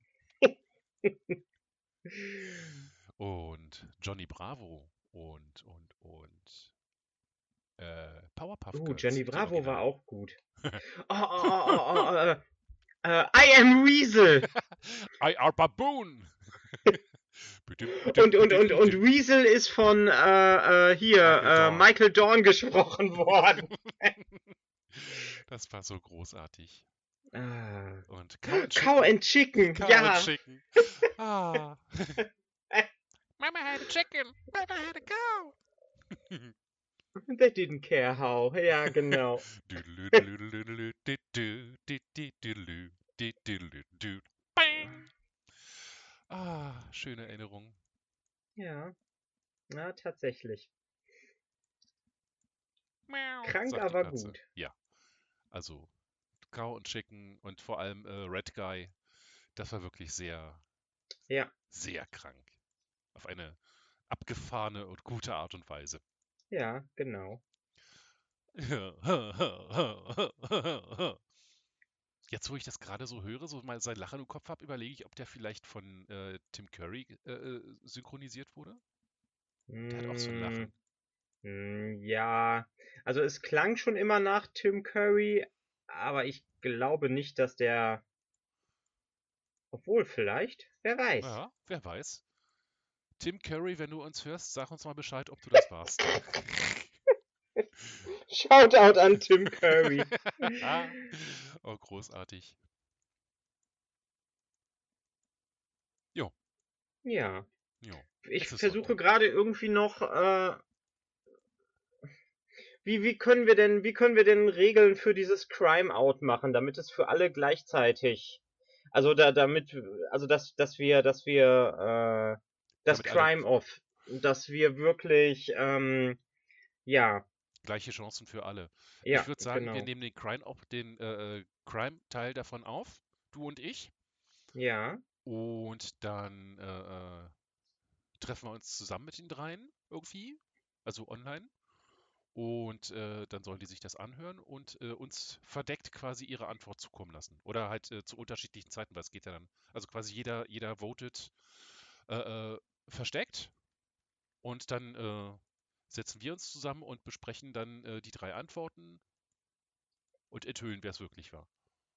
Und Johnny Bravo und, und, und äh, Powerpuff Uh, Girls. Johnny die Bravo war Originalen. auch gut. Oh, oh, oh, oh, oh, äh, äh, I am Weasel. I are Baboon! Und, und, und, und Weasel ist von äh, äh, hier Michael äh, Dorn. Michael Dorn gesprochen worden. Das war so großartig. Ah. Und Cow and Chicken. Cow and Chicken, Cow ja. and Chicken. Ah. Mama had a chicken. Mama had a cow. They didn't care how. Ja, genau. Bang. Ah, schöne Erinnerung. Ja, na, tatsächlich. Miau. Krank, Sagt die aber Katze. gut. Ja, also Cow und Chicken und vor allem äh, Red Guy, das war wirklich sehr, Ja, sehr krank. Auf eine abgefahrene und gute Art und Weise. ja, genau. Jetzt, wo ich das gerade so höre, so mal sein Lachen im Kopf habe, überlege ich, ob der vielleicht von äh, Tim Curry äh, äh, synchronisiert wurde. Der hat auch so ein Mm, Lachen. mm, ja, also es klang schon immer nach Tim Curry, aber ich glaube nicht, dass der. Obwohl, vielleicht, wer weiß. Ja, wer weiß. Tim Curry, wenn du uns hörst, sag uns mal Bescheid, ob du das warst. Shoutout an Tim Curry. Oh, großartig. Jo, Ja, jo. ich Es ist versuche Sonntag. gerade irgendwie noch, äh, wie, wie können wir denn, wie können wir denn Regeln für dieses Crime Out machen, damit es für alle gleichzeitig, also da, damit, also dass, dass wir, dass wir, äh, das Damit alle Crime Off, dass wir wirklich, ähm, ja, gleiche Chancen für alle. Ich ja, würde sagen, wir genau, nehmen den Crime auch den äh, Crime-Teil davon auf, du und ich. ja, Und dann äh, äh, treffen wir uns zusammen mit den dreien irgendwie, also online. Und äh, dann sollen die sich das anhören und äh, uns verdeckt quasi ihre Antwort zukommen lassen. Oder halt äh, zu unterschiedlichen Zeiten, weil es geht ja dann. Also quasi jeder, jeder votet äh, äh, versteckt und dann äh, setzen wir uns zusammen und besprechen dann äh, die drei Antworten und enthüllen, wer es wirklich war.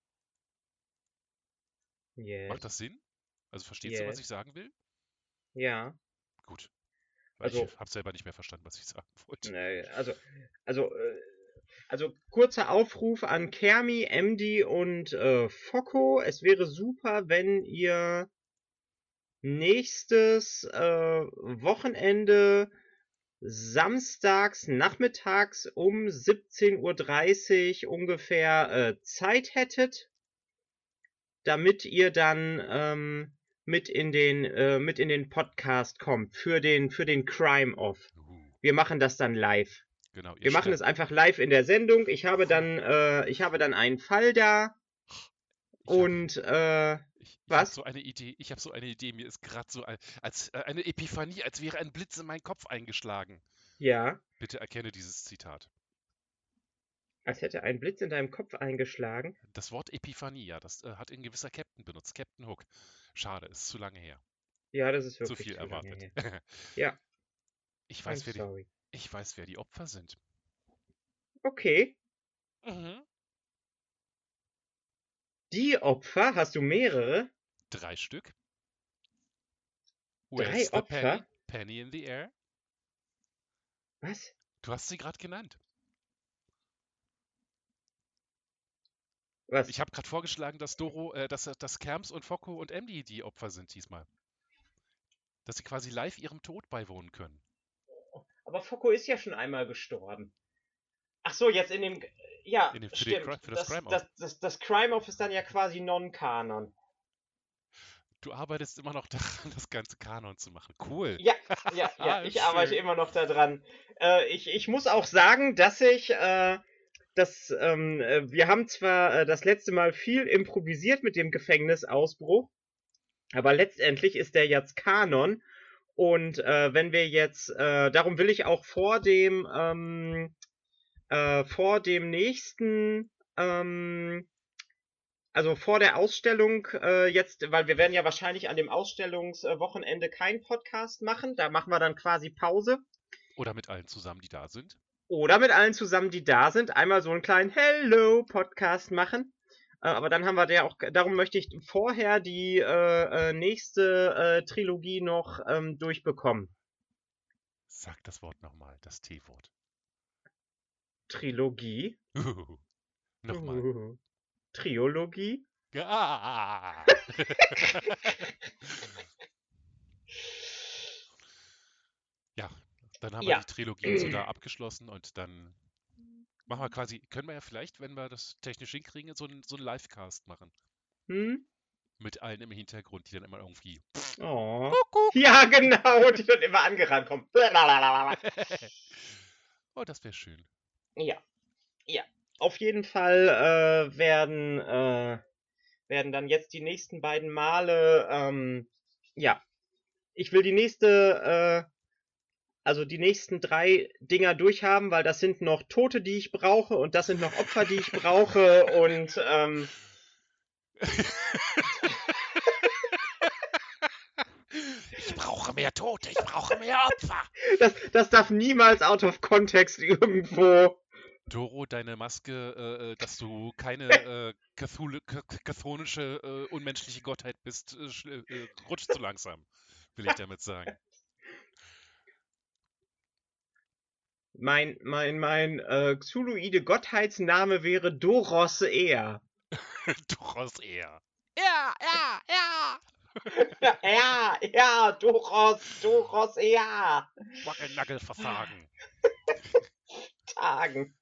Macht das yes, Sinn? Also verstehst du, was ich yes, sagen will? ja, Gut, weil ich also, habe selber nicht mehr verstanden, was ich sagen wollte. ne, also, also, äh, Also kurzer Aufruf an Kermi, Emdy und äh, Focko. Es wäre super, wenn ihr nächstes äh, Wochenende samstags nachmittags um siebzehn Uhr dreißig ungefähr äh, Zeit hättet, damit ihr dann ähm, mit in den äh, mit in den Podcast kommt für den für den Crime Off. Uh, Wir machen das dann live. genau, ihr Wir machen sterbt. es einfach live in der Sendung. Ich habe dann, äh, ich habe dann einen Fall da Ich habe und äh, ich, ich hab was? so eine Idee, ich habe so eine Idee, mir ist gerade so ein, als äh, eine Epiphanie, als wäre ein Blitz in meinen Kopf eingeschlagen. Ja, Bitte erkenne dieses Zitat. als hätte ein Blitz in deinem Kopf eingeschlagen. Das Wort Epiphanie, ja, das äh, hat ein gewisser Captain benutzt, Captain Hook. Schade, ist zu lange her. Ja, das ist Zu wirklich viel zu lange erwartet. her. Ja, Ich I'm weiß, wer die, sorry. ich weiß, wer die Opfer sind. Okay. Mhm. Die Opfer, hast du mehrere? Drei Stück. Drei Where's the Opfer? penny? Penny in the air? Was? Du hast sie gerade genannt. Was? Ich habe gerade vorgeschlagen, dass Doro, äh, dass, dass Kerms und Focko und Emdy die Opfer sind diesmal. Dass sie quasi live ihrem Tod beiwohnen können. Aber Focko ist ja schon einmal gestorben. Ach so, jetzt in dem. Ja, In dem, für, den, stimmt. Cri- für das Das, Crime Off. das, das, das Crime Off ist dann ja quasi Non-Kanon. Du arbeitest immer noch daran, das ganze Kanon zu machen. Cool. Ja, ja, ja, Ah, ich arbeite schön. immer noch daran. Äh, ich, ich muss auch sagen, dass ich, äh, das, ähm, äh, wir haben zwar äh, das letzte Mal viel improvisiert mit dem Gefängnisausbruch, aber letztendlich ist der jetzt Kanon. Und äh, wenn wir jetzt, äh, darum will ich auch vor dem, ähm, äh, vor dem nächsten, ähm, also vor der Ausstellung äh, jetzt, weil wir werden ja wahrscheinlich an dem Ausstellungswochenende keinen Podcast machen, da machen wir dann quasi Pause. Oder mit allen zusammen, die da sind. Oder mit allen zusammen, die da sind, einmal so einen kleinen Hello-Podcast machen. Äh, aber dann haben wir der auch, darum möchte ich vorher die äh, äh, nächste äh, Trilogie noch ähm, durchbekommen. Sag das Wort nochmal, das T-Wort. Trilogie? Nochmal. Uh, Triologie? Ah. Dann haben wir Ja. die Trilogien so da abgeschlossen und dann machen wir quasi, können wir ja vielleicht, wenn wir das technisch hinkriegen, so einen so einen Livecast machen. Hm? Mit allen im Hintergrund, die dann immer irgendwie. Oh. Kuckuck. Ja, genau, die dann immer angerannt kommen. Oh, das wäre schön. Ja, ja. Auf jeden Fall äh, werden, äh, werden dann jetzt die nächsten beiden Male, ähm, ja, ich will die nächste, äh, also die nächsten drei Dinger durchhaben, weil das sind noch Tote, die ich brauche und das sind noch Opfer, die ich brauche und ähm, Ich brauche mehr Tote, ich brauche mehr Opfer. das, das darf niemals out of context irgendwo. Doro, deine Maske, äh, äh, dass du keine äh, Cthul Ch- chthronische, äh, unmenschliche Gottheit bist, äh, schl- äh, rutscht zu langsam, will ich damit sagen. Mein, mein, mein äh, Xuluide Gottheitsname wäre Doros Ehr. Durchaus eher. Ja, ja, ja. Ja, ja, Doros, Doros Ehr. Wackelnackelversagen. Tagen.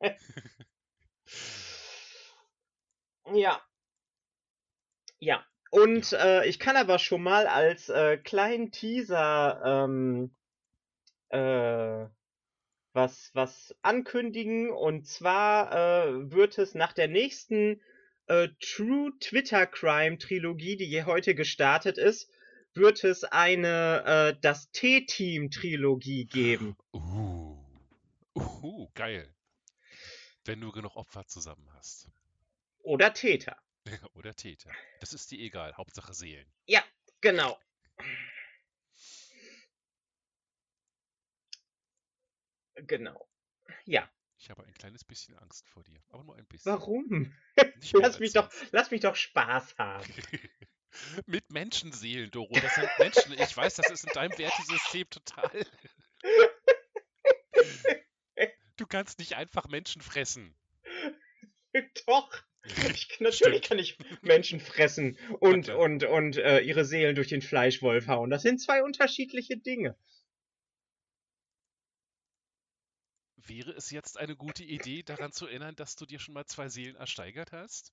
Ja. Ja. Und Ja. äh, ich kann aber schon mal als äh, kleinen Teaser ähm, äh, was, was ankündigen. Und zwar äh, wird es nach der nächsten äh, True Twitter Crime Trilogie, die hier heute gestartet ist, wird es eine äh, das T-Team Trilogie geben. Uh. Uh, geil. Wenn du genug Opfer zusammen hast. Oder Täter. Oder Täter. Das ist dir egal. Hauptsache Seelen. Ja, genau. Genau. Ja. Ich habe ein kleines bisschen Angst vor dir. Aber nur ein bisschen. Warum? Nicht mehr Lass als mich doch, sonst. lass mich doch Spaß haben. Mit Menschenseelen, Doro. Das sind Menschen. Ich weiß, das ist in deinem Wertesystem total. Du kannst nicht einfach Menschen fressen. Doch. Ich, natürlich Stimmt. kann ich Menschen fressen und, klar. und, und äh, ihre Seelen durch den Fleischwolf hauen. Das sind zwei unterschiedliche Dinge. Wäre es jetzt eine gute Idee, daran zu erinnern, dass du dir schon mal zwei Seelen ersteigert hast?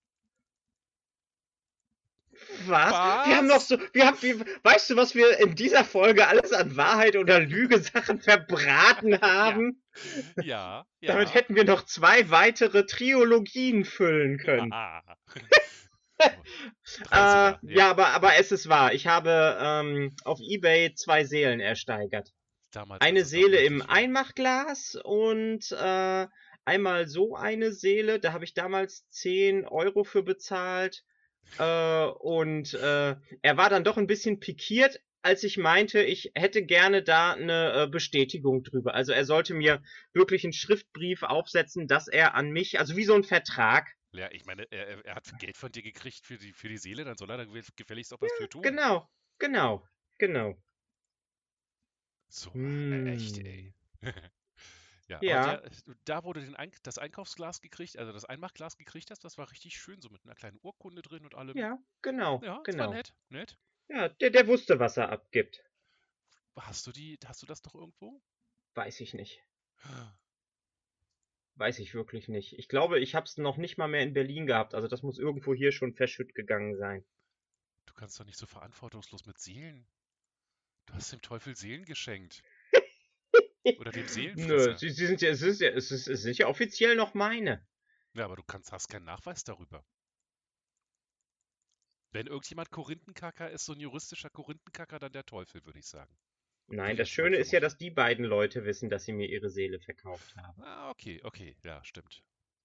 Was? Wir haben noch Was? so, wir haben, wir, weißt du, was wir in dieser Folge alles an Wahrheit oder Lüge-Sachen verbraten haben? Ja, Damit ja. hätten wir noch zwei weitere Triologien füllen können. Ah. Äh, Drei sogar. ja, aber, aber es ist wahr. Ich habe ähm, auf eBay zwei Seelen ersteigert. Damals, Eine als es noch Seele im möglich war. Einmachglas und äh, einmal so eine Seele. Da habe ich damals zehn Euro für bezahlt. Äh, und äh, er war dann doch ein bisschen pikiert, als ich meinte, ich hätte gerne da eine äh, Bestätigung drüber. Also er sollte mir wirklich einen Schriftbrief aufsetzen, dass er an mich, also wie so ein Vertrag. Ja, ich meine, er, er- er hat Geld von dir gekriegt für die, für die Seele, dann soll er da ge- gefälligst auch was für tun. Genau, genau, genau. So, äh, echt, ey. Hm. Ja, aber Ja, der, da, wo du den Eink das Einkaufsglas gekriegt, also das Einmachglas gekriegt hast, das war richtig schön, so mit einer kleinen Urkunde drin und allem. ja, genau, Ja, das war genau. nett, nett. Ja, der, der wusste, was er abgibt. Hast du die, hast du das noch irgendwo? Weiß ich nicht. Weiß ich wirklich nicht. Ich glaube, ich habe es noch nicht mal mehr in Berlin gehabt. Also das muss irgendwo hier schon verschütt gegangen sein. Du kannst doch nicht so verantwortungslos mit Seelen. Du hast dem Teufel Seelen geschenkt. Oder dem Nö, Seelenfresser. sie, sie sind ja, es, ist ja, es, ist, es sind ja offiziell noch meine. Ja, aber du kannst, hast keinen Nachweis darüber. Wenn irgendjemand Korinthenkacker ist, so ein juristischer Korinthenkacker, dann der Teufel, würde ich sagen. Würde Nein, ich das jetzt mal Schöne ist ja, dass vermuten. die beiden Leute wissen, dass sie mir ihre Seele verkauft haben. Ah, okay, okay, ja, stimmt.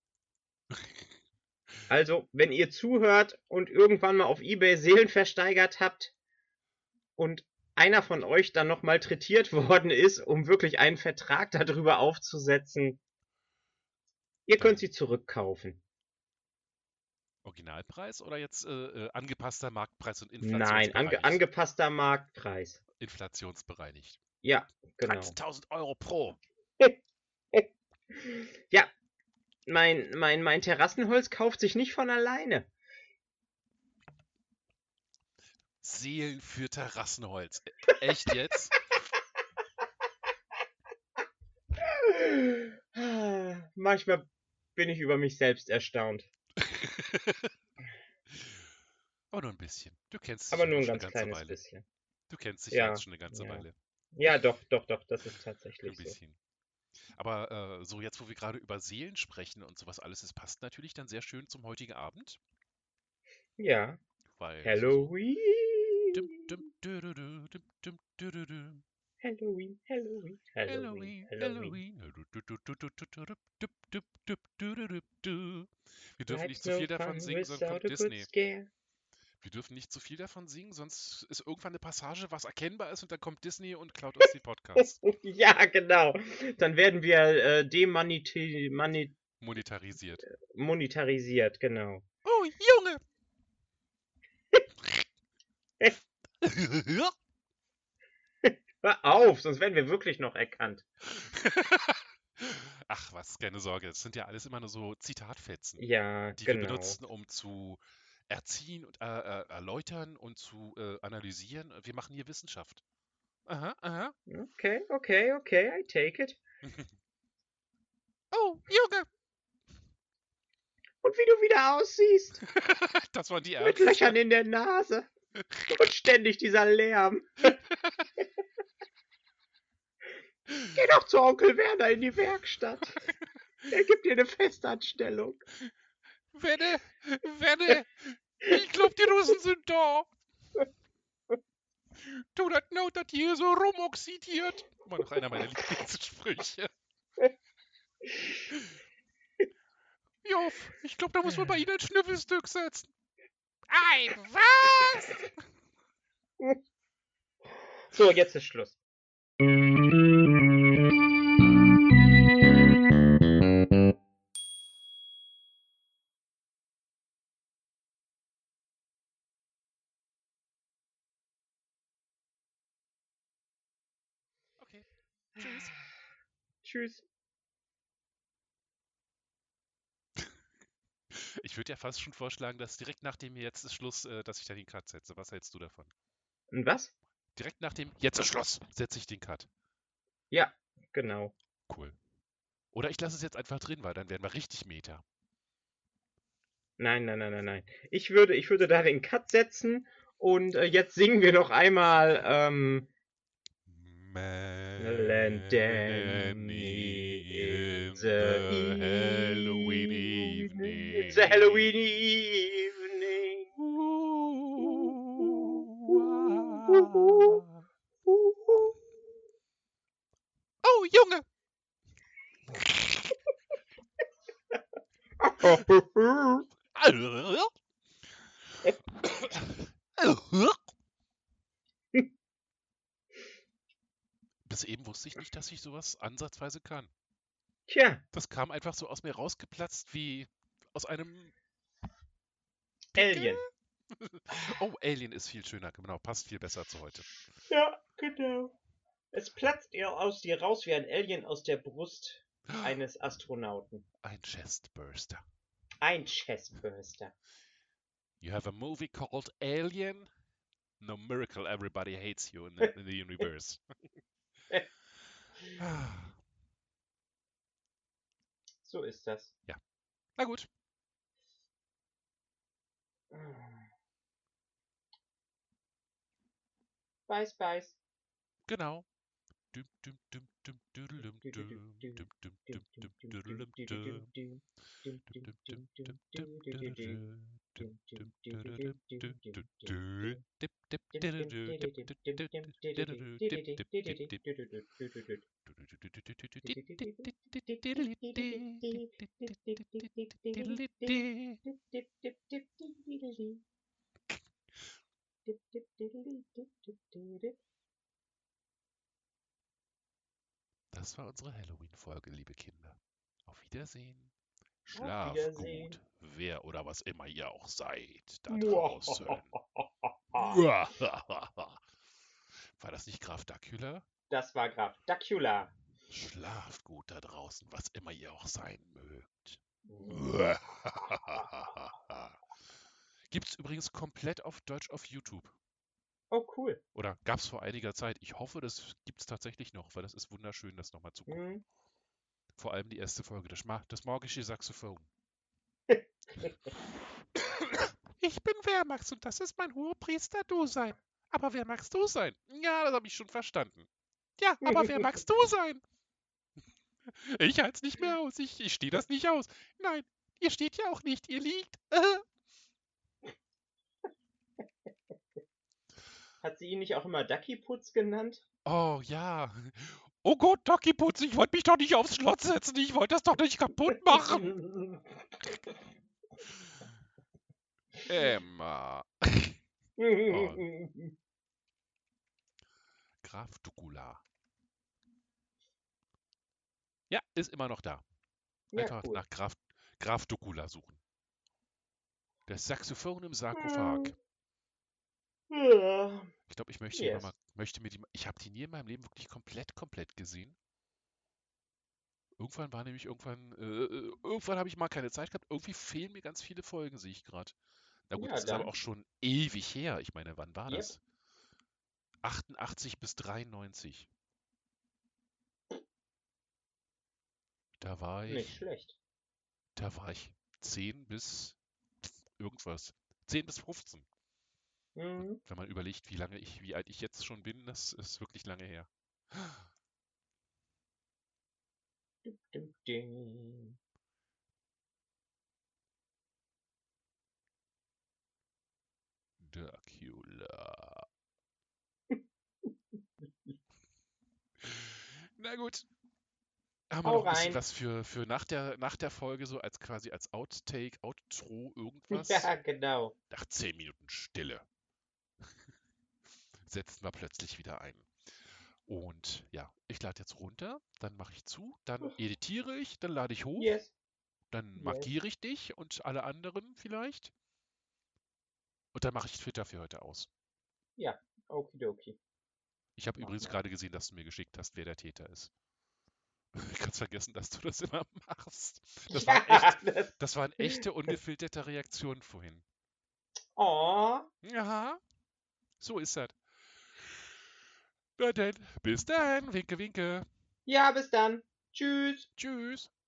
Also, wenn ihr zuhört und irgendwann mal auf eBay Seelen versteigert habt und einer von euch dann noch malträtiert worden ist, um wirklich einen Vertrag darüber aufzusetzen, ihr könnt sie Dann zurückkaufen. Originalpreis oder jetzt äh, äh, angepasster Marktpreis und Nein, ange inflationsbereinigt? angepasster Marktpreis. Inflationsbereinigt. Ja, genau. dreizehntausend Euro pro. Ja, mein, mein, mein Terrassenholz kauft sich nicht von alleine. Seelen für Terrassenholz. Echt jetzt? Manchmal bin ich über mich selbst erstaunt. Aber nur ein bisschen. Du kennst dich Aber ja nur nun ein schon eine ganz ganze kleines Weile. bisschen. Du kennst dich ja jetzt Ja, schon eine ganze ja. Weile. Ja, doch, doch, doch, das ist Ein tatsächlich so. bisschen. Aber äh, so jetzt, wo wir gerade über Seelen sprechen und sowas alles, es passt natürlich dann sehr schön zum heutigen Abend, Ja. weil so, so Halloween. dim, dim, dü-dü-dü, dim, dim, dü-dü-dü. Halloween, Halloween, Halloween, Halloween, Halloween. Halloween. Du-du-du-du-du-du-du-du, düp, düp, düp, dü-dü-dü-dü. Wir dürfen nicht That's zu no viel davon fun singen, sonst without kommt a good Disney. scare. Wir dürfen nicht zu viel davon singen, sonst ist irgendwann eine Passage, was erkennbar ist, und dann kommt Disney und klaut uns den Podcast. Ja, genau. Dann werden wir äh, demoneti mani Monetarisiert. monetarisiert, genau. Oh, Junge! Hör auf, sonst werden wir wirklich noch erkannt. Ach was, keine Sorge. Es sind ja alles immer nur so Zitatfetzen, Ja, die wir genau. benutzen, um zu erziehen und äh, äh, erläutern und zu äh, analysieren. Wir machen hier Wissenschaft. Aha, aha. Okay, okay, okay, I take it. Oh, Junge! Und wie du wieder aussiehst. Das waren die Mit Ernsten. Löchern in der Nase. Und ständig dieser Lärm. Geh doch zu Onkel Werner in die Werkstatt. Er gibt dir eine Festanstellung. Wenne! Wenne! Ich glaub, die Russen sind da! Du, das know, das hier so rumoxidiert! Immer noch einer meiner Lieblingssprüche. Joff, ich glaub, da muss man bei Ihnen ein Schnüffelstück setzen. Ein was? So, jetzt ist Schluss. Okay, tschüss. Tschüss. Ich würde ja fast schon vorschlagen, dass direkt nachdem jetzt ist Schluss, äh, dass ich da den Cut setze. Was hältst du davon? Und was? Direkt nach dem Jetzt ist Schluss setze ich den Cut. Ja, genau. Cool. Oder ich lasse es jetzt einfach drin, weil dann werden wir richtig Meta. Nein, nein, nein, nein, nein. Ich würde, ich würde da den Cut setzen und äh, jetzt singen wir noch einmal ähm, Melanie in the Halloween evening. evening. It's a Halloween evening. Oh, Junge! Bis eben wusste ich nicht, dass ich sowas ansatzweise kann. Tja, Das kam einfach so aus mir rausgeplatzt wie aus einem Alien. Oh, Alien ist viel schöner, genau, passt viel besser zu heute. Ja, genau. Es platzt ihr aus dir raus wie ein Alien aus der Brust eines Astronauten. Ein Chestburster. Ein Chestburster. You have a movie called Alien? No miracle, everybody hates you in the, in the universe. So ist das. Ja. Na gut. Beiß, beiß. Genau. Dum, dum, dum, dum, düdelum, dum, dum, dum, dum, dum, dum, düdelum, dum. Dum, dum, dum, dum, dum, düdelum, dum, dum, düdelum, dum, dum, dü. Dip, dip, didelü, dip, dip, dip, didelü, dip, dip, dip, dip. Das war unsere Halloween-Folge, liebe Kinder. Auf Wiedersehen. Schlaf Wiedersehen. gut, wer oder was immer ihr auch seid da Muah. draußen. War das nicht Graf Dracula? Das war Graf Dracula. Schlaft gut da draußen, was immer ihr auch sein mögt. Gibt's übrigens komplett auf Deutsch auf YouTube. Oh, cool. Oder gab's vor einiger Zeit. Ich hoffe, das gibt's tatsächlich noch, weil das ist wunderschön, das nochmal zu gucken. Mhm. Vor allem die erste Folge, das, Ma das magische Saxophon. Ich bin Wehrmax und das ist mein Hohepriester-Du-Sein. Aber wer magst du sein? Ja, das habe ich schon verstanden. Ja, aber wer magst du sein? Ich halte es nicht mehr aus. Ich, ich stehe das nicht aus. Nein, ihr steht ja auch nicht. Ihr liegt. Hat sie ihn nicht auch immer Ducky-Putz genannt? Oh ja. Oh Gott, Ducky-Putz, ich wollte mich doch nicht aufs Schlot setzen. Ich wollte das doch nicht kaputt machen. Emma. Oh, Graf Dracula. Ja, ist immer noch da. Ja, Einfach cool. nach Graf, Graf Dracula suchen. Das Saxophon im Sarkophag. Ja. Ich glaube, ich möchte, Yes. mal, möchte mir die mal. Ich habe die nie in meinem Leben wirklich komplett, komplett gesehen. Irgendwann war nämlich irgendwann, äh, irgendwann habe ich mal keine Zeit gehabt. Irgendwie fehlen mir ganz viele Folgen, sehe ich gerade. Na gut, Ja, das ist aber dann. auch schon ewig her. Ich meine, wann war Yep. das? achtundachtzig bis dreiundneunzig. Da war Nicht ich, schlecht. da war ich zehn bis irgendwas. zehn bis fünfzehn. Mhm. Wenn man überlegt, wie lange ich, wie alt ich jetzt schon bin, das ist wirklich lange her. Dum, dum. Dracula. Na gut. Haben wir Hau noch ein bisschen rein. was für, für nach der, nach der Folge, so als quasi als Outtake, Outro, irgendwas? Ja, genau. Nach zehn Minuten Stille setzen wir plötzlich wieder ein. Und ja, ich lade jetzt runter, dann mache ich zu, dann editiere ich, dann lade ich hoch, Yes. dann Yes. markiere ich dich und alle anderen vielleicht. Und dann mache ich Twitter für heute aus. Ja, okidoki. Ich habe Mach übrigens mal. gerade gesehen, dass du mir geschickt hast, wer der Täter ist. Ich kann vergessen, dass du das immer machst. Das waren, Ja, echt, das. das waren echte, ungefilterte Reaktionen vorhin. Oh. Ja, so ist das. Na denn, bis dann. Winke, winke. Ja, bis dann. Tschüss. Tschüss.